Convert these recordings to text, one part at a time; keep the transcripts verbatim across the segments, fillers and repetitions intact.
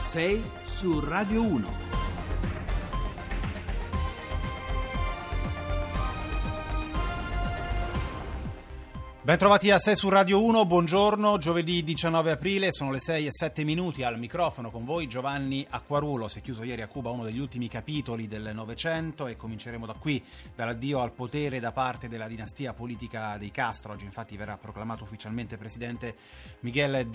sei su Radio uno. Ben trovati a sei su Radio uno, buongiorno, giovedì diciannove aprile, sono le sei e sette minuti, al microfono con voi Giovanni Acquarulo. Si è chiuso ieri a Cuba uno degli ultimi capitoli del Novecento e cominceremo da qui, dall'addio al potere da parte della dinastia politica dei Castro. Oggi infatti verrà proclamato ufficialmente presidente Miguel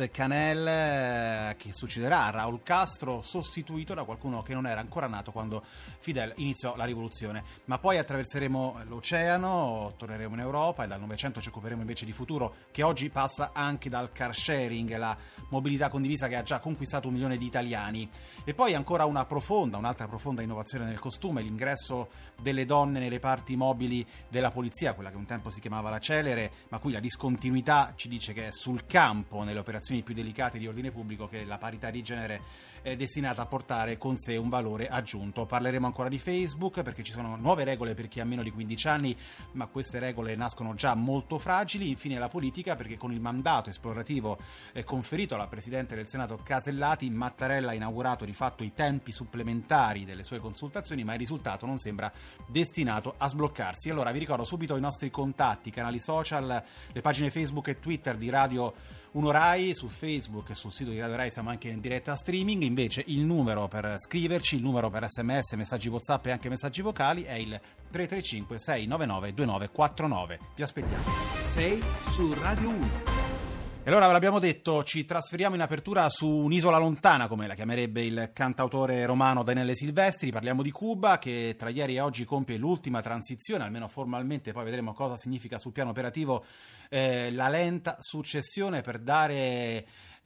Díaz-Canel, che succederà a Raúl Castro, sostituito da qualcuno che non era ancora nato quando Fidel iniziò la rivoluzione. Ma poi attraverseremo l'oceano, torneremo in Europa e dal Novecento ci occuperemo invece di futuro, che oggi passa anche dal car sharing, la mobilità condivisa che ha già conquistato un milione di italiani. E poi ancora una profonda, un'altra profonda innovazione nel costume, l'ingresso delle donne nei reparti mobili della polizia, quella che un tempo si chiamava la Celere, ma qui la discontinuità ci dice che è sul campo, nelle operazioni più delicate di ordine pubblico, che la parità di genere è destinata a portare con sé un valore aggiunto. Parleremo ancora di Facebook, perché ci sono nuove regole per chi ha meno di quindici anni, ma queste regole nascono già molto fragili. Infine la politica, perché con il mandato esplorativo eh, conferito alla Presidente del Senato Casellati, Mattarella ha inaugurato di fatto i tempi supplementari delle sue consultazioni, ma il risultato non sembra destinato a sbloccarsi. Allora vi ricordo subito i nostri contatti, canali social, le pagine Facebook e Twitter di Radio uno Rai. Su Facebook e sul sito di Radio Rai siamo anche in diretta streaming. Invece il numero per scriverci, il numero per sms, messaggi WhatsApp e anche messaggi vocali è il tre tre cinque sei nove nove due nove quattro nove. Vi aspettiamo. sei su Radio uno. E allora ve l'abbiamo detto, ci trasferiamo in apertura su un'isola lontana, come la chiamerebbe il cantautore romano Daniele Silvestri. Parliamo di Cuba, che tra ieri e oggi compie l'ultima transizione, almeno formalmente, poi vedremo cosa significa sul piano operativo eh, la lenta successione per dare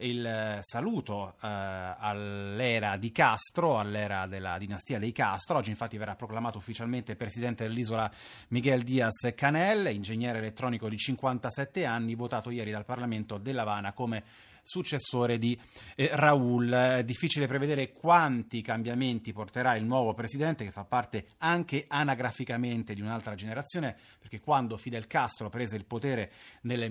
il saluto eh, all'era di Castro, all'era della dinastia dei Castro. Oggi infatti verrà proclamato ufficialmente presidente dell'isola Miguel Díaz-Canel, ingegnere elettronico di cinquantasette anni, votato ieri dal Parlamento dell'Havana come successore di eh, Raúl. È difficile prevedere quanti cambiamenti porterà il nuovo presidente, che fa parte anche anagraficamente di un'altra generazione, perché quando Fidel Castro prese il potere nel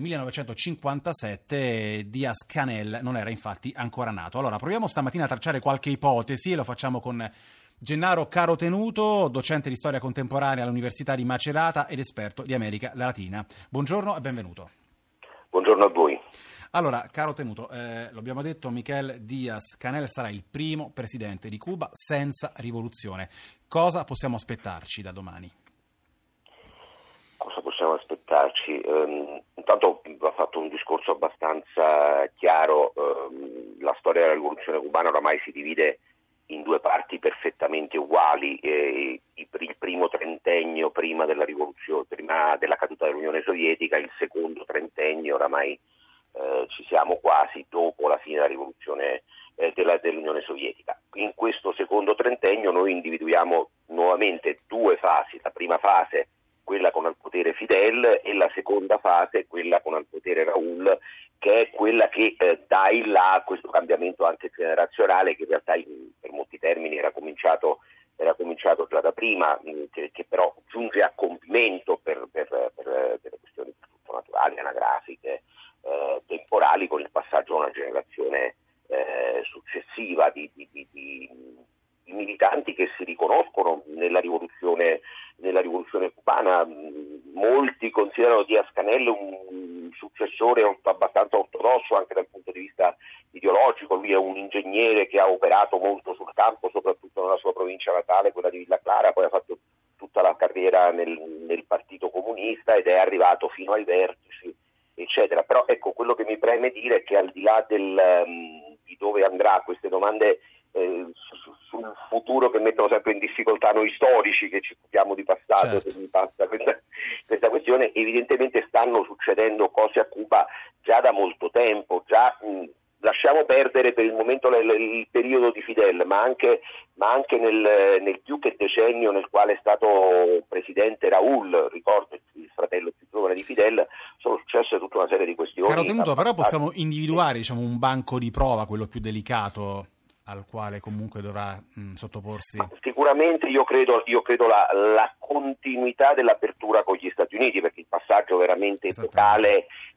millenovecentocinquantasette, Díaz-Canel non era infatti ancora nato. Allora proviamo stamattina a tracciare qualche ipotesi e lo facciamo con Gennaro Carotenuto, docente di storia contemporanea all'Università di Macerata ed esperto di America Latina. Buongiorno e benvenuto. Buongiorno a voi. Allora, caro Tenuto, eh, lo abbiamo detto, Miguel Díaz-Canel sarà il primo presidente di Cuba senza rivoluzione. Cosa possiamo aspettarci da domani? Cosa possiamo aspettarci? Um, intanto ha fatto un discorso abbastanza chiaro. Um, la storia della rivoluzione cubana oramai si divide in due parti perfettamente uguali. Eh, il primo trentennio prima della rivoluzione, prima della caduta dell'Unione Sovietica, il secondo trentennio oramai Eh, ci siamo quasi dopo la fine della rivoluzione eh, della, dell'Unione Sovietica. In questo secondo trentennio noi individuiamo nuovamente due fasi: la prima fase, quella con al potere Fidel, e la seconda fase, quella con al potere Raúl, che è quella che eh, dà il là a questo cambiamento anche generazionale, che in realtà in, per molti termini era cominciato era cominciato già da prima, mh, che, che però giunge a compimento per, per, per, per questioni tutto naturali, anagrafiche, Eh, temporali, con il passaggio a una generazione eh, successiva di, di, di, di, di militanti che si riconoscono nella rivoluzione nella rivoluzione cubana. Molti considerano Díaz-Canel un successore abbastanza ortodosso anche dal punto di vista ideologico. Lui è un ingegnere che ha operato molto sul campo, soprattutto nella sua provincia natale, quella di Villa Clara, poi ha fatto tutta la carriera nel, nel Partito Comunista ed è arrivato fino ai vertici, eccetera. Però ecco, quello che mi preme dire è che al di là del, um, di dove andrà queste domande eh, su, sul futuro, che mettono sempre in difficoltà noi storici che ci occupiamo di passato, certo, che mi passa questa, questa questione, evidentemente stanno succedendo cose a Cuba già da molto tempo. Già mh, lasciamo perdere per il momento l- l- il periodo di Fidel, ma anche, ma anche nel, nel più che decennio nel quale è stato presidente Raúl, ricordo il fratello più giovane di Fidel, sono successe tutta una serie di questioni. Caro Tenuto, però possiamo individuare, diciamo, un banco di prova, quello più delicato, al quale comunque dovrà mh, sottoporsi? Sicuramente io credo, io credo la, la continuità dell'apertura con gli Stati Uniti, perché il passaggio veramente epocale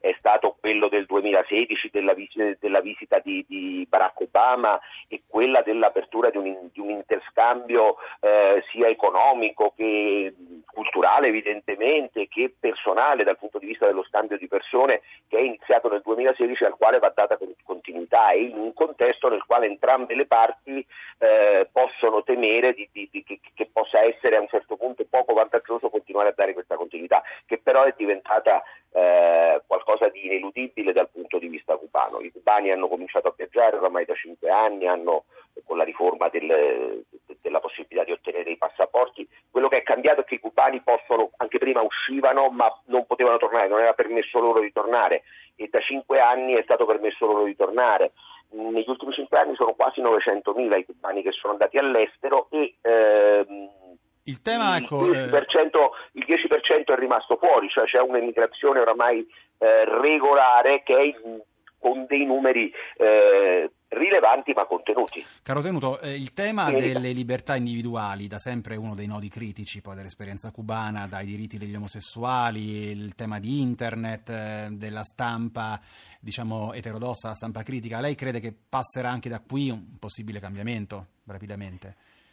è stato quello del duemilasedici della, vis- della visita di, di Barack Obama e quella dell'apertura di un, di un interscambio eh, sia economico che culturale evidentemente, che personale dal punto di vista dello scambio di persone, che è iniziato nel duemilasedici, al quale va data continuità, e in un contesto nel quale entrambe le parti eh, possono temere di, di, di, che, che possa essere a un certo punto poco vantaggioso continuare a dare questa continuità, che però è diventata eh, qualcosa di ineludibile dal punto di vista cubano. I cubani hanno cominciato a viaggiare ormai da cinque anni, hanno, con la riforma del, della possibilità di ottenere i passaporti, quello che è cambiato è che i cubani possono, anche prima uscivano ma non potevano tornare, non era permesso loro di tornare, e da cinque anni è stato permesso loro di tornare. Negli ultimi cinque anni sono quasi novecentomila i cubani che sono andati all'estero e ehm, il tema, il, ecco, dieci per cento, il dieci per cento è rimasto fuori, cioè c'è un'emigrazione oramai eh, regolare che è in, con dei numeri eh, rilevanti ma contenuti. Caro Tenuto, eh, il tema Sì, delle libertà individuali da sempre è uno dei nodi critici poi dell'esperienza cubana, dai diritti degli omosessuali, il tema di internet, eh, della stampa, diciamo, eterodossa, la stampa critica. Lei crede che passerà anche da qui un possibile cambiamento, rapidamente?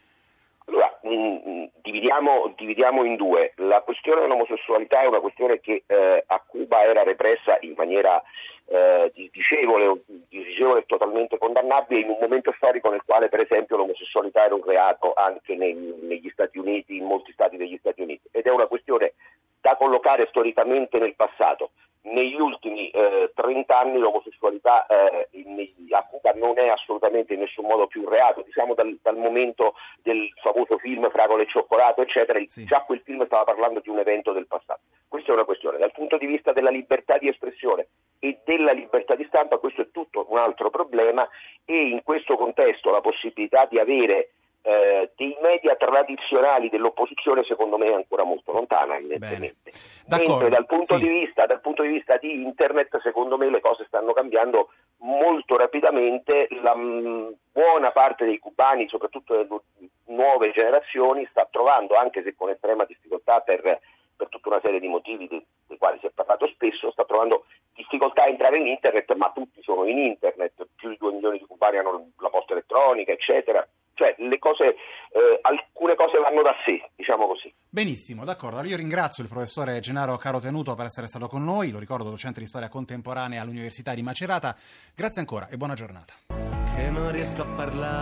Allora, mh, dividiamo, dividiamo in due. La questione dell'omosessualità è una questione che eh, a Cuba era repressa in maniera eh, disdicevole, disdicevole e totalmente condannabile, in un momento storico nel quale per esempio l'omosessualità era un reato anche nei, negli Stati Uniti, in molti stati degli Stati Uniti, ed è una questione da collocare storicamente nel passato. Negli ultimi eh, trenta anni l'omosessualità eh, in, a Cuba non è assolutamente in nessun modo più un reato, diciamo dal, dal momento del famoso film Fragole e cioccolato, eccetera, sì. Già quel film stava parlando di un evento del passato. Questa è una questione. Dal punto di vista della libertà di espressione e della libertà di stampa, questo è tutto un altro problema, e in questo contesto la possibilità di avere Eh, dei media tradizionali dell'opposizione secondo me è ancora molto lontana, evidentemente. Mentre dal punto, sì. di vista, dal punto di vista di internet secondo me le cose stanno cambiando molto rapidamente. La mh, buona parte dei cubani, soprattutto delle nuove generazioni, sta trovando, anche se con estrema difficoltà per, per tutta una serie di motivi dei, dei quali si è parlato spesso, sta trovando difficoltà a entrare in internet, ma tutti sono in internet, più di due milioni di cubani hanno la posta elettronica, eccetera. Cioè le cose, eh, alcune cose vanno da sé, diciamo così. Benissimo, d'accordo. Allora io ringrazio il professore Gennaro Caro Tenuto per essere stato con noi, lo ricordo docente di storia contemporanea all'Università di Macerata. Grazie ancora e buona giornata. Che non riesco a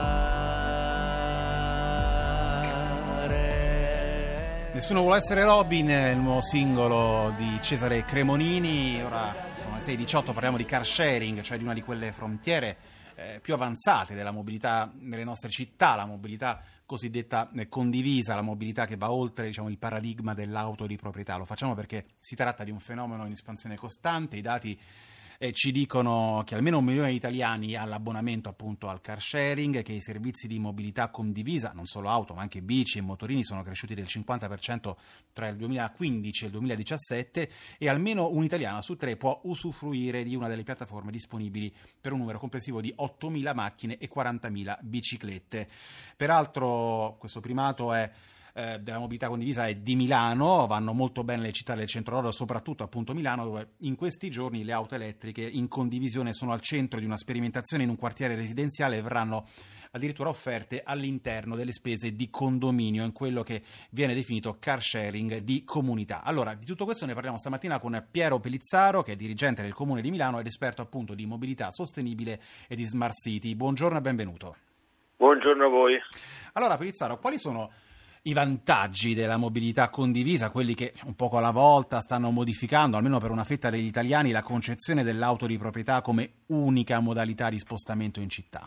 parlare. Nessuno vuole essere Robin, il nuovo singolo di Cesare Cremonini. Ora sono le sei e diciotto, parliamo di car sharing, cioè di una di quelle frontiere Eh, più avanzate della mobilità nelle nostre città, la mobilità cosiddetta eh, condivisa, la mobilità che va oltre, diciamo, il paradigma dell'auto di proprietà. Lo facciamo perché si tratta di un fenomeno in espansione costante. I dati eh, ci dicono che almeno un milione di italiani ha l'abbonamento appunto al car sharing, che i servizi di mobilità condivisa, non solo auto ma anche bici e motorini, sono cresciuti del cinquanta per cento tra il duemilaquindici e il duemiladiciassette, e almeno un italiano su tre può usufruire di una delle piattaforme disponibili per un numero complessivo di ottomila macchine e quarantamila biciclette. Peraltro questo primato è Eh, della mobilità condivisa è di Milano, vanno molto bene le città del centro-nord, soprattutto appunto Milano, dove in questi giorni le auto elettriche in condivisione sono al centro di una sperimentazione in un quartiere residenziale e verranno addirittura offerte all'interno delle spese di condominio, in quello che viene definito car sharing di comunità. Allora, di tutto questo ne parliamo stamattina con Piero Pelizzaro, che è dirigente del Comune di Milano ed esperto appunto di mobilità sostenibile e di smart city. Buongiorno e benvenuto. Buongiorno a voi. Allora, Pelizzaro, quali sono i vantaggi della mobilità condivisa, quelli che un poco alla volta stanno modificando, almeno per una fetta degli italiani, la concezione dell'auto di proprietà come unica modalità di spostamento in città?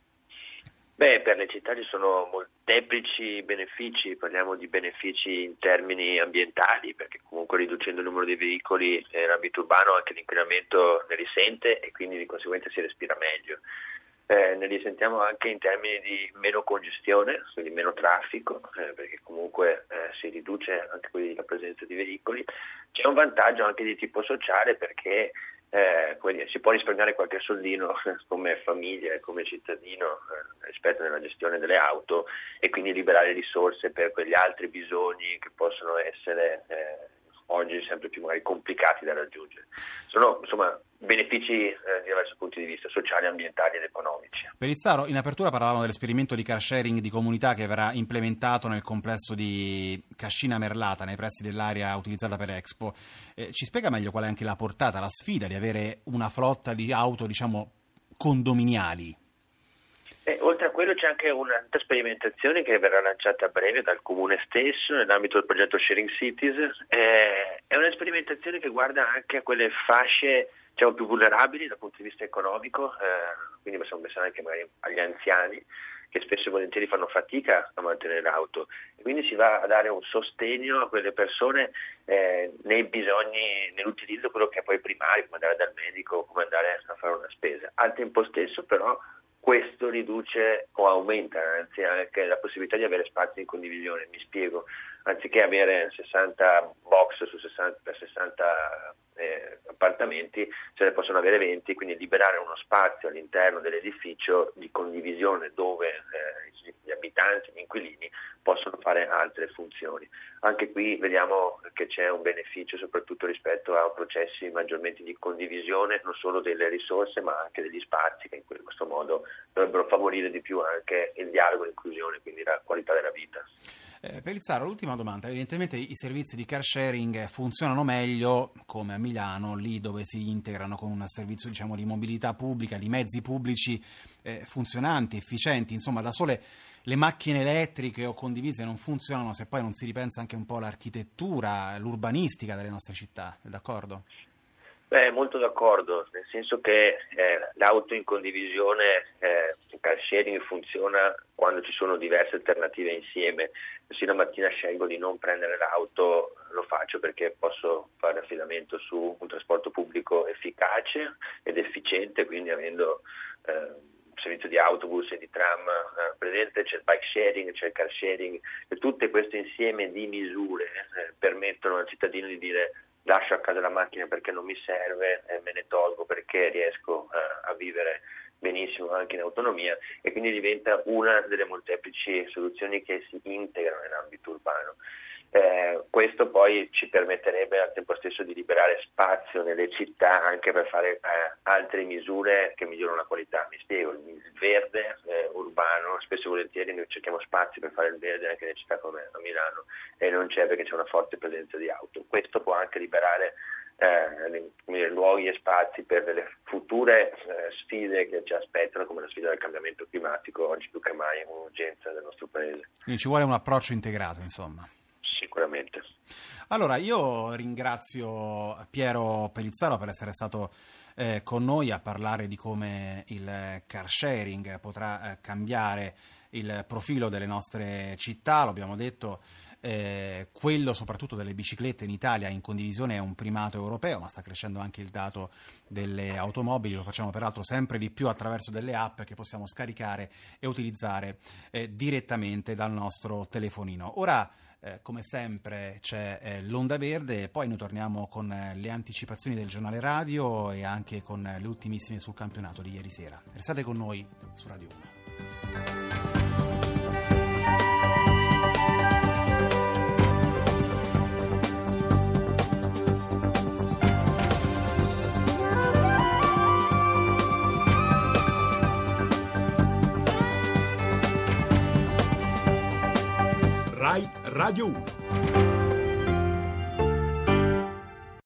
Beh, per le città ci sono molteplici benefici, parliamo di benefici in termini ambientali, perché comunque riducendo il numero di veicoli nell'ambito urbano anche l'inquinamento ne risente e quindi di conseguenza si respira meglio. Eh, ne risentiamo anche in termini di meno congestione, quindi meno traffico, eh, perché comunque eh, si riduce anche quindi la presenza di veicoli. C'è un vantaggio anche di tipo sociale perché eh, dire, si può risparmiare qualche soldino come famiglia e come cittadino eh, rispetto alla gestione delle auto e quindi liberare risorse per quegli altri bisogni che possono essere eh, oggi sempre più magari complicati da raggiungere. Sono insomma benefici eh, di diversi punti di vista, sociali, ambientali ed economici. Pellizzaro, in apertura parlavamo dell'esperimento di car sharing di comunità che verrà implementato nel complesso di Cascina Merlata, nei pressi dell'area utilizzata per Expo. Eh, ci spiega meglio qual è anche la portata, la sfida di avere una flotta di auto, diciamo, condominiali? E oltre a quello c'è anche un'altra sperimentazione che verrà lanciata a breve dal Comune stesso nell'ambito del progetto Sharing Cities. Eh, è una sperimentazione che guarda anche a quelle fasce, diciamo, più vulnerabili dal punto di vista economico, eh, quindi possiamo pensare anche magari agli anziani che spesso e volentieri fanno fatica a mantenere l'auto, e quindi si va a dare un sostegno a quelle persone eh, nei bisogni, nell'utilizzo quello che è poi primario, come andare dal medico, come andare a fare una spesa. Al tempo stesso però questo riduce o aumenta anzi anche la possibilità di avere spazi in condivisione. Mi spiego, anziché avere sessanta box su sessanta per sessanta eh, appartamenti, ce ne possono avere venti, quindi liberare uno spazio all'interno dell'edificio di condivisione dove eh, gli abitanti, gli inquilini possono fare altre funzioni. Anche qui vediamo che c'è un beneficio soprattutto rispetto a processi maggiormente di condivisione, non solo delle risorse ma anche degli spazi, che in questo modo dovrebbero favorire di più anche il dialogo e l'inclusione, quindi la qualità della vita. Eh, Pellizzaro, l'ultima domanda. Evidentemente i servizi di car sharing funzionano meglio, come a Milano, lì dove si integrano con un servizio, diciamo, di mobilità pubblica, di mezzi pubblici eh, funzionanti, efficienti. Insomma, da sole le macchine elettriche o condivise non funzionano se poi non si ripensa anche un po' all'architettura, l'urbanistica delle nostre città. È d'accordo? Beh, molto d'accordo, nel senso che eh, l'auto in condivisione, eh, il car sharing funziona quando ci sono diverse alternative insieme. Se una mattina scelgo di non prendere l'auto, lo faccio perché posso fare affidamento su un trasporto pubblico efficace ed efficiente, quindi avendo eh, servizio di autobus e di tram eh, presente, c'è il bike sharing, c'è il car sharing, e tutte queste insieme di misure eh, permettono al cittadino di dire: lascio a casa la macchina perché non mi serve, eh, me ne tolgo perché riesco eh, a vivere benissimo anche in autonomia, e quindi diventa una delle molteplici soluzioni che si integrano nell'ambito urbano. Eh, questo poi ci permetterebbe al tempo stesso di liberare spazio nelle città anche per fare eh, altre misure che migliorano la qualità. Mi spiego, il verde eh, urbano, spesso e volentieri noi cerchiamo spazi per fare il verde anche nelle città come a Milano, e non c'è perché c'è una forte presenza di auto. Questo può anche liberare eh, luoghi e spazi per delle future eh, sfide che ci aspettano, come la sfida del cambiamento climatico, oggi più che mai è un'urgenza del nostro paese. Quindi ci vuole un approccio integrato, insomma. Sicuramente. Allora, io ringrazio Piero Pellizzaro per essere stato eh, con noi a parlare di come il car sharing potrà eh, cambiare il profilo delle nostre città. Lo abbiamo detto, eh, quello soprattutto delle biciclette in Italia in condivisione è un primato europeo, ma sta crescendo anche il dato delle automobili. Lo facciamo peraltro sempre di più attraverso delle app che possiamo scaricare e utilizzare eh, direttamente dal nostro telefonino. Ora, Eh, come sempre c'è eh, l'Onda Verde, e poi noi torniamo con eh, le anticipazioni del giornale radio e anche con eh, le ultimissime sul campionato di ieri sera. Restate con noi su Radio uno. Rai Radio uno.